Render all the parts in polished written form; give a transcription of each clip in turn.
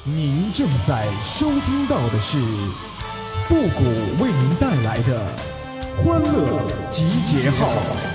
您正在收听到的是复古为您带来的欢乐集结号。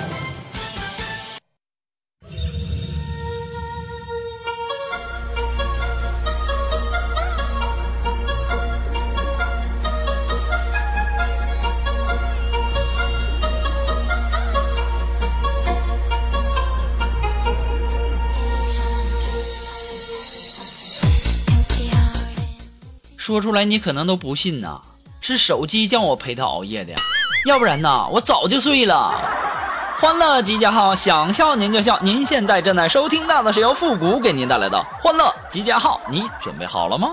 说出来你可能都不信呐，是手机叫我陪他熬夜的，要不然呐我早就睡了。欢乐集结号，想笑您就笑。您现在正在收听到的是由复古给您带来的欢乐集结号，你准备好了吗？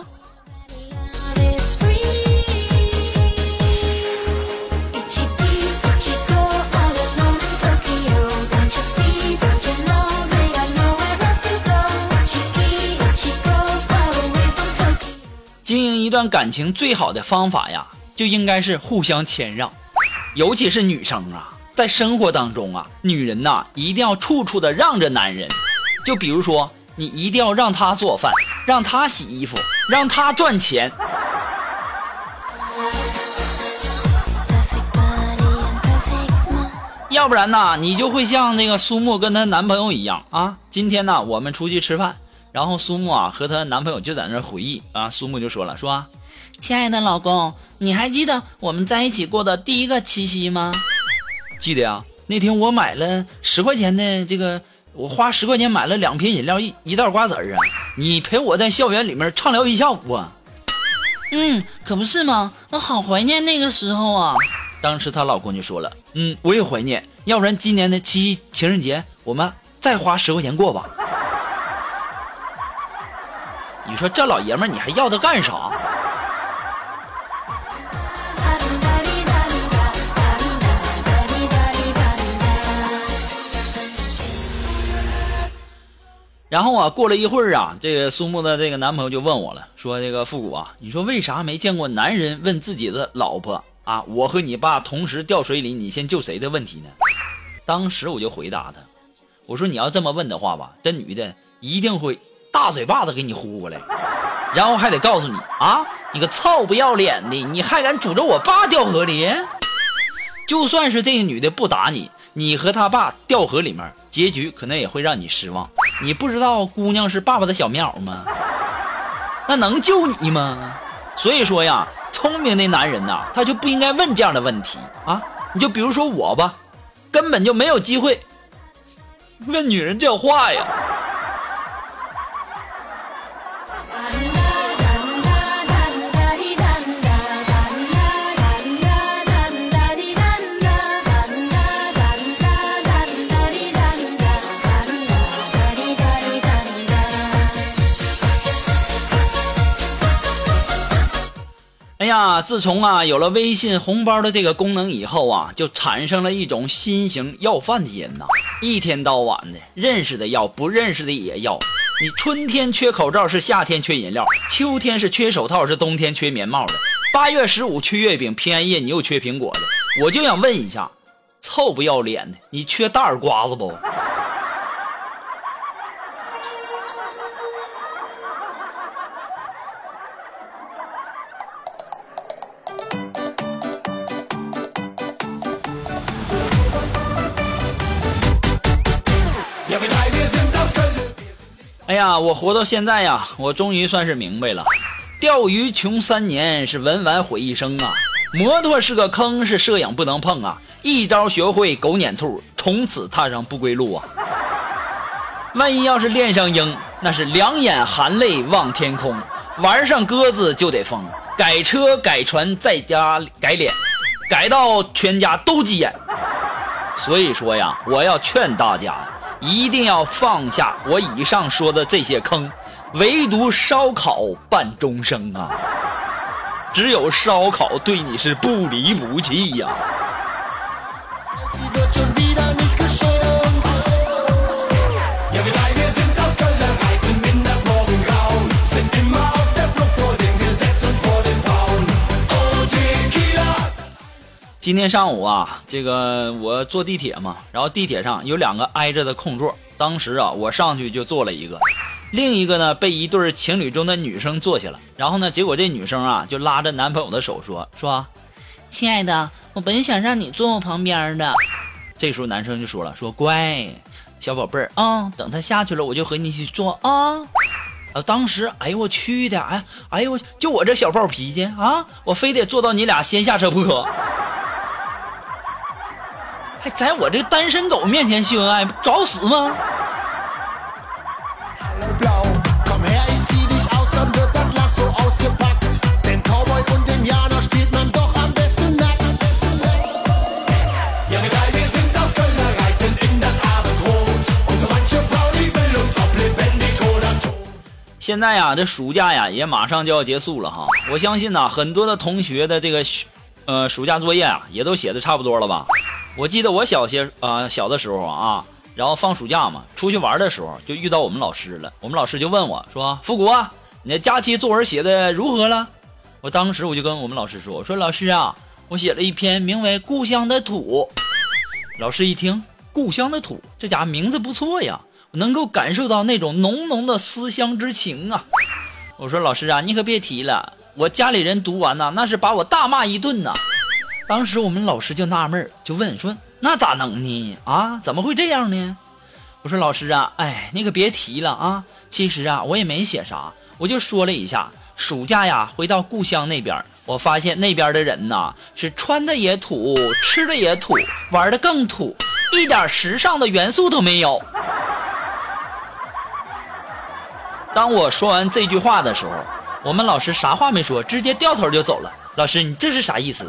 经营一段感情最好的方法呀，就应该是互相谦让，尤其是女生啊，在生活当中啊，女人呐一定要处处的让着男人。就比如说，你一定要让他做饭，让他洗衣服，让他赚钱。要不然呐，你就会像那个苏木跟她男朋友一样啊。今天呢，我们出去吃饭。然后苏木啊和她男朋友就在那回忆啊，苏木就说了，说亲爱的老公，你还记得我们在一起过的第一个七夕吗？记得呀，那天我买了10块钱的这个，我花10块钱买了2瓶饮料一袋瓜子啊，你陪我在校园里面畅聊一下午啊。可不是吗？我好怀念那个时候啊。当时她老公就说了，我也怀念，要不然今年的七夕情人节我们再花10块钱过吧。你说这老爷们儿你还要他干啥？然后啊，过了一会儿啊，这个苏木的这个男朋友就问我了，说这个复古啊，你说为啥没见过男人问自己的老婆啊，我和你爸同时掉水里，你先救谁的问题呢？当时我就回答他，我说你要这么问的话吧，这女的一定会大嘴巴子给你呼过来，然后还得告诉你啊，你个臭不要脸的，你还敢诅咒我爸掉河里？就算是这个女的不打你，你和他爸掉河里面，结局可能也会让你失望。你不知道姑娘是爸爸的小棉袄吗？那能救你吗？所以说呀，聪明的男人呐，他就不应该问这样的问题啊。你就比如说我吧，根本就没有机会问女人这话呀。哎呀，自从啊有了微信红包的这个功能以后啊，就产生了一种新型要饭的人呐，一天到晚的认识的要，不认识的也要。你春天缺口罩，是夏天缺饮料，秋天是缺手套，是冬天缺棉帽的，8月15缺月饼，平安夜你又缺苹果的。我就想问一下，臭不要脸的，你缺大耳瓜子不？哎呀，我活到现在呀，我终于算是明白了，钓鱼穷3年，是文玩毁一生啊。摩托是个坑，是摄影不能碰啊。一招学会狗撵兔，从此踏上不归路啊。万一要是恋上鹰，那是两眼含泪望天空，玩上鸽子就得疯，改车改船再加改脸，改到全家都急眼。所以说呀，我要劝大家一定要放下我以上说的这些坑，唯独烧烤伴终生啊！只有烧烤对你是不离不弃呀。今天上午啊，这个我坐地铁嘛，然后地铁上有2个挨着的空座，当时啊我上去就坐了一个， 另一个呢被一对情侣中的女生坐下了，然后呢，结果这女生啊就拉着男朋友的手说，亲爱的，我本想让你坐我旁边的。这时候男生就说了，说乖，小宝贝儿啊，等他下去了我就和你一起坐啊。当时哎呦我去的，哎呦就我这小暴脾气啊，我非得坐到你俩先下车不可。还在我这个单身狗面前秀恩爱，找死吗？现在呀，这暑假呀也马上就要结束了哈。我相信呢，很多的同学的这个暑假作业啊，也都写的差不多了吧？我记得我小的时候啊，然后放暑假嘛，出去玩的时候就遇到我们老师了。我们老师就问我说：“复古啊，你的假期作文写的如何了？”当时我就跟我们老师说：“我说老师啊，我写了一篇名为《故乡的土》。”老师一听“故乡的土”，这家伙名字不错呀。能够感受到那种浓浓的思乡之情啊！我说老师啊，你可别提了，我家里人读完那是把我大骂一顿呐。当时我们老师就纳闷，就问说那咋能呢？啊，怎么会这样呢？我说老师啊，你可别提了啊！其实啊，我也没写啥，我就说了一下，暑假呀回到故乡那边，我发现那边的人是穿的也土，吃的也土，玩的更土，一点时尚的元素都没有。当我说完这句话的时候，我们老师啥话没说，直接掉头就走了。老师，你这是啥意思？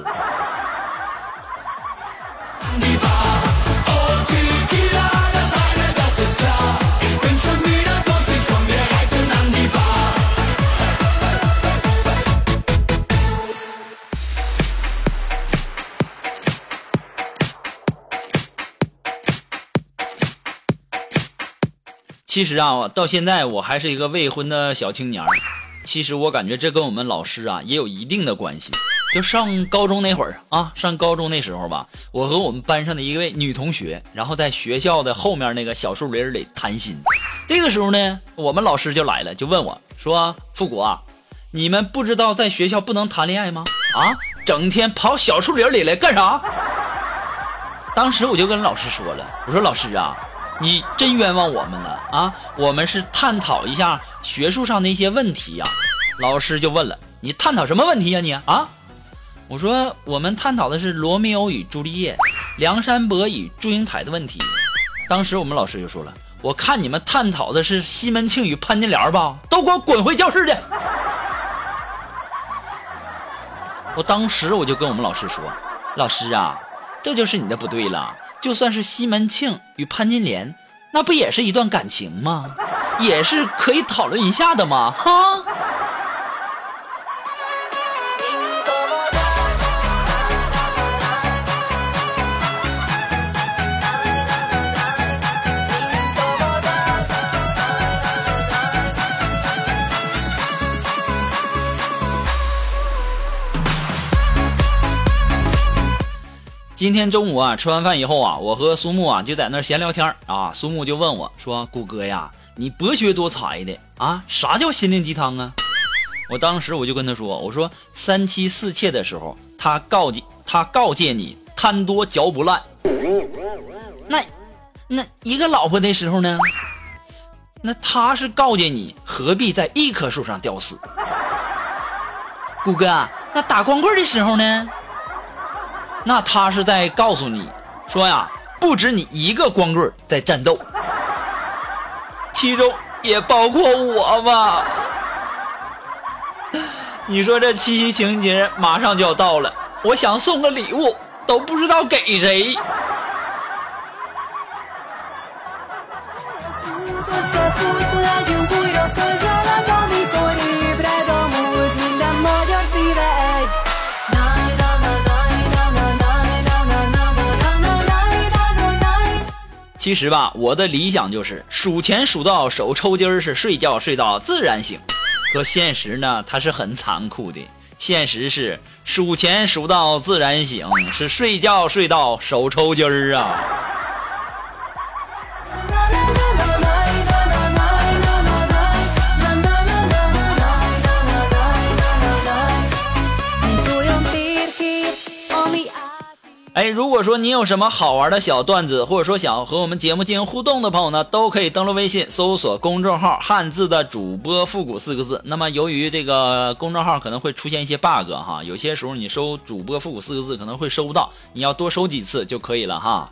其实啊，到现在我还是一个未婚的小青年。其实我感觉这跟我们老师啊也有一定的关系。就上高中那会儿啊，上高中那时候吧，我和我们班上的一位女同学，然后在学校的后面那个小树林里谈心。这个时候呢，我们老师就来了，就问我说：“复古啊，你们不知道在学校不能谈恋爱吗？啊，整天跑小树林里来干啥？”当时我就跟老师说了，我说老师啊，你真冤枉我们了啊！我们是探讨一下学术上的一些问题呀。老师就问了，你探讨什么问题呀你啊？我说我们探讨的是罗密欧与朱丽叶、梁山伯与祝英台的问题。当时我们老师就说了，我看你们探讨的是西门庆与潘金莲吧，都给我滚回教室去！我当时我就跟我们老师说，老师啊，这就是你的不对了。就算是西门庆与潘金莲，那不也是一段感情吗？也是可以讨论一下的嘛，哈。今天中午啊，吃完饭以后啊，我和苏木啊就在那儿闲聊天啊。苏木就问我说：“谷哥呀，你博学多才的啊，啥叫心灵鸡汤啊？”我当时我就跟他说：“我说三妻四妾的时候，他告诫你贪多嚼不烂。那一个老婆的时候呢？那他是告诫你何必在一棵树上吊死。谷哥，那打光棍的时候呢？”那他是在告诉你说呀，不止你一个光棍在战斗，其中也包括我吧。你说这七夕情节马上就要到了，我想送个礼物都不知道给谁。其实吧，我的理想就是数钱数到手抽筋儿，是睡觉睡到自然醒。可现实呢，它是很残酷的。现实是数钱数到自然醒，是睡觉睡到手抽筋儿啊。 如果说你有什么好玩的小段子，或者说想和我们节目进行互动的朋友呢，都可以登录微信搜索公众号汉字的主播复古4个字。那么由于这个公众号可能会出现一些 bug 哈，有些时候你搜主播复古4个字可能会搜不到，你要多搜几次就可以了哈。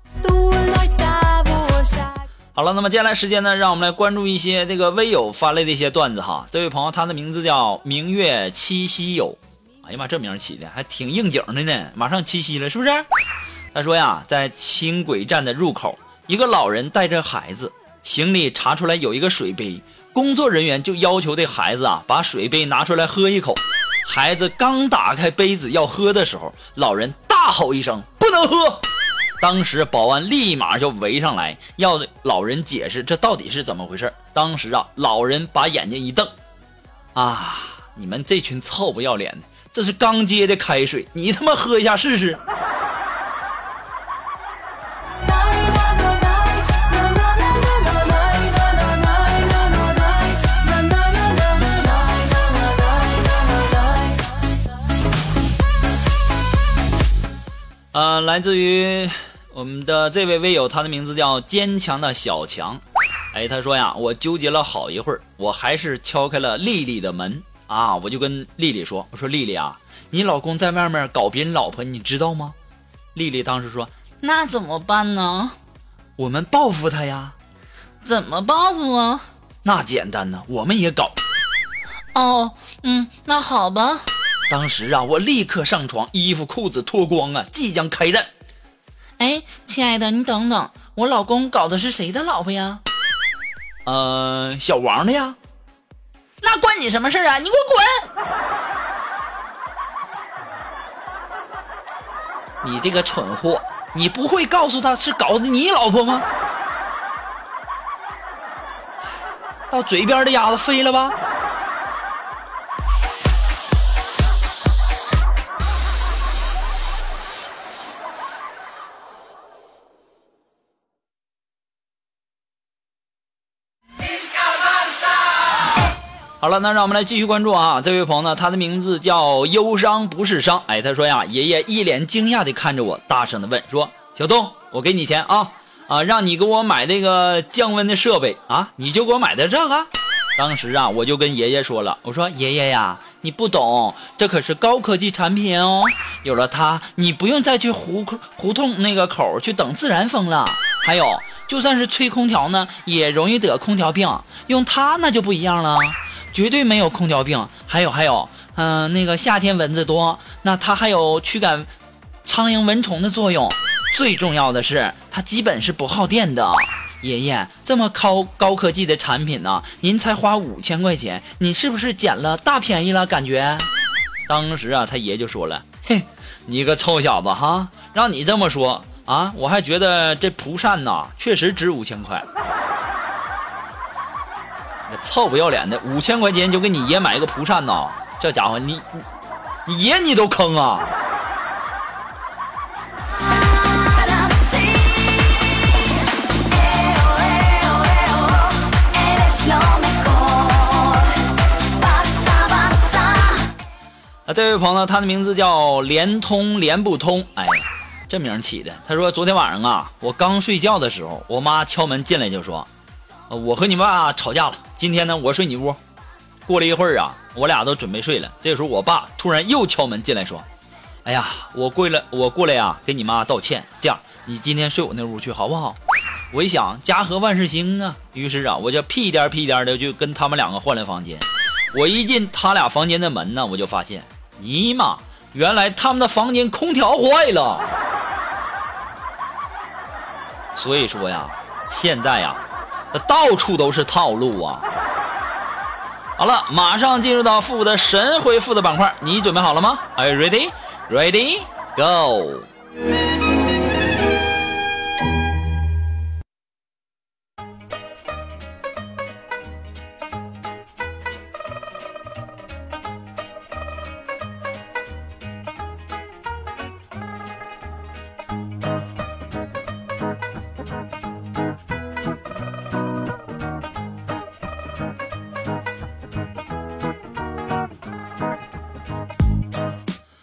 好了，那么接下来时间呢，让我们来关注一些这个微友发来的一些段子哈。这位朋友他的名字叫明月七夕友，哎呀妈，这名起的还挺应景的呢，马上七夕了是不是？他说呀，在轻轨站的入口，一个老人带着孩子，行李查出来有一个水杯，工作人员就要求这孩子把水杯拿出来喝一口。孩子刚打开杯子要喝的时候，老人大吼一声不能喝。当时保安立马就围上来要老人解释这到底是怎么回事。当时老人把眼睛一瞪，你们这群臭不要脸的，这是刚接的开水，你他妈喝一下试试。来自于我们的这位微友，他的名字叫坚强的小强。他说呀，我纠结了好一会儿，我还是敲开了丽丽的门我就跟丽丽说，我说丽丽你老公在外面搞别人老婆，你知道吗？丽丽当时说，那怎么办呢？我们报复他呀。怎么报复啊？那简单呢，我们也搞。那好吧。当时我立刻上床，衣服裤子脱光即将开战。亲爱的，你等等，我老公搞的是谁的老婆呀？小王的呀。那关你什么事啊？你给我滚！你这个蠢货，你不会告诉他是搞的你老婆吗？到嘴边的鸭子飞了吧？好了，那让我们来继续关注这位朋友呢，他的名字叫忧伤不是伤。他说呀，爷爷一脸惊讶地看着我，大声地问说，小东，我给你钱让你给我买这个降温的设备你就给我买的这个。当时我就跟爷爷说了，我说爷爷呀，你不懂，这可是高科技产品哦，有了它，你不用再去胡同那个口去等自然风了。还有，就算是吹空调呢，也容易得空调病，用它那就不一样了。绝对没有空调病。还有那个夏天蚊子多，那它还有驱赶苍蝇蚊虫的作用。最重要的是它基本是不耗电的。爷爷，这么高科技的产品呢，您才花5000块钱，你是不是捡了大便宜了感觉？当时他爷就说了，嘿，你个臭小子让你这么说我还觉得这蒲扇确实值5000块。臭不要脸的，5000块钱就给你爷买一个蒲扇这家伙你爷你都坑这位朋友他的名字叫连通连不通，这名起的。他说昨天晚上我刚睡觉的时候，我妈敲门进来就说，我和你爸吵架了，今天呢我睡你屋。过了一会儿我俩都准备睡了，这个时候我爸突然又敲门进来说，哎呀，我过来给你妈道歉，这样你今天睡我那屋去好不好？我一想家和万事兴于是我就屁颠的就跟他们两个换了房间。我一进他俩房间的门呢，我就发现尼玛，原来他们的房间空调坏了。所以说现在到处都是套路好了，马上进入到复古的神回复的板块，你准备好了吗？ Are you ready? Ready? Go!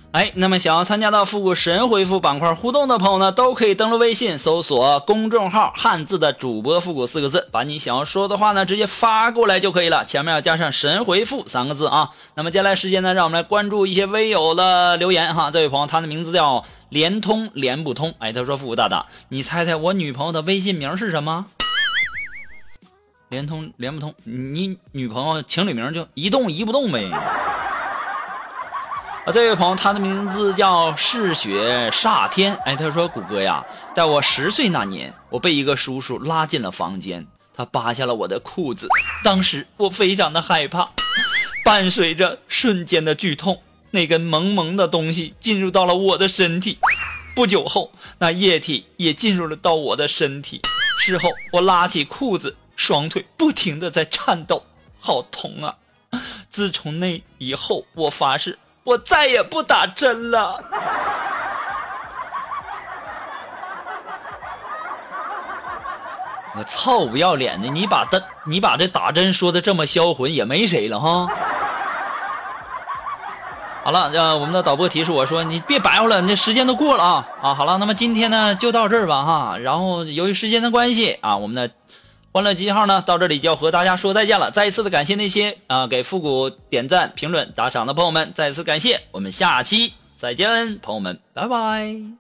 哎，那么想要参加到复古神回复板块互动的朋友呢，都可以登录微信搜索公众号汉字的主播复古4个字，把你想要说的话呢直接发过来就可以了，前面要加上神回复3个字啊。那么接下来时间呢，让我们来关注一些微友的留言哈。这位朋友他的名字叫连通连不通，哎，他说复古大大，你猜猜我女朋友的微信名是什么？连通连不通，你女朋友情侣名就一动一不动呗。这位朋友他的名字叫嗜血煞天，哎，他说谷歌呀，在我10岁那年，我被一个叔叔拉进了房间，他扒下了我的裤子，当时我非常的害怕，伴随着瞬间的剧痛，那根萌萌的东西进入到了我的身体，不久后那液体也进入了到我的身体，事后我拉起裤子，双腿不停的在颤抖，好痛啊。自从那以后，我发誓我再也不打针了。我操不要脸的，你把这打针说的这么销魂，也没谁了哈。好了，我们的导播提示我说，你别白活了，你这时间都过了啊。好了，那么今天呢就到这儿吧哈。然后由于时间的关系啊，我们的欢乐集结号呢到这里就要和大家说再见了。再一次的感谢那些给复古点赞评论打赏的朋友们，再次感谢，我们下期再见，朋友们拜拜。